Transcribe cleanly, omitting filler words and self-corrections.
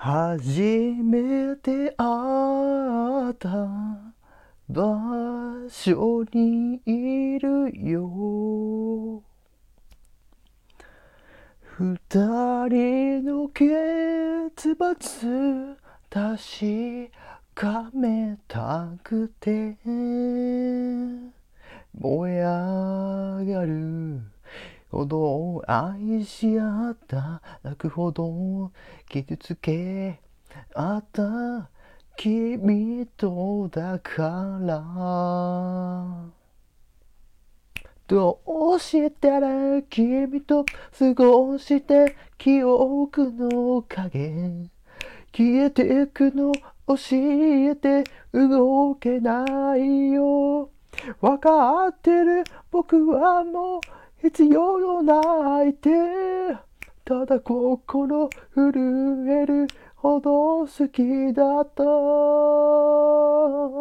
初めて会った場所にいるよ。二人の結末確かめたくて燃え上がるほど愛し合った泣くほど傷つけ合った君とだからどうしたら君と過ごして記憶の影消えてくの教えて動けないよわかってる僕はもう必要のないてただ心震えるほど好きだった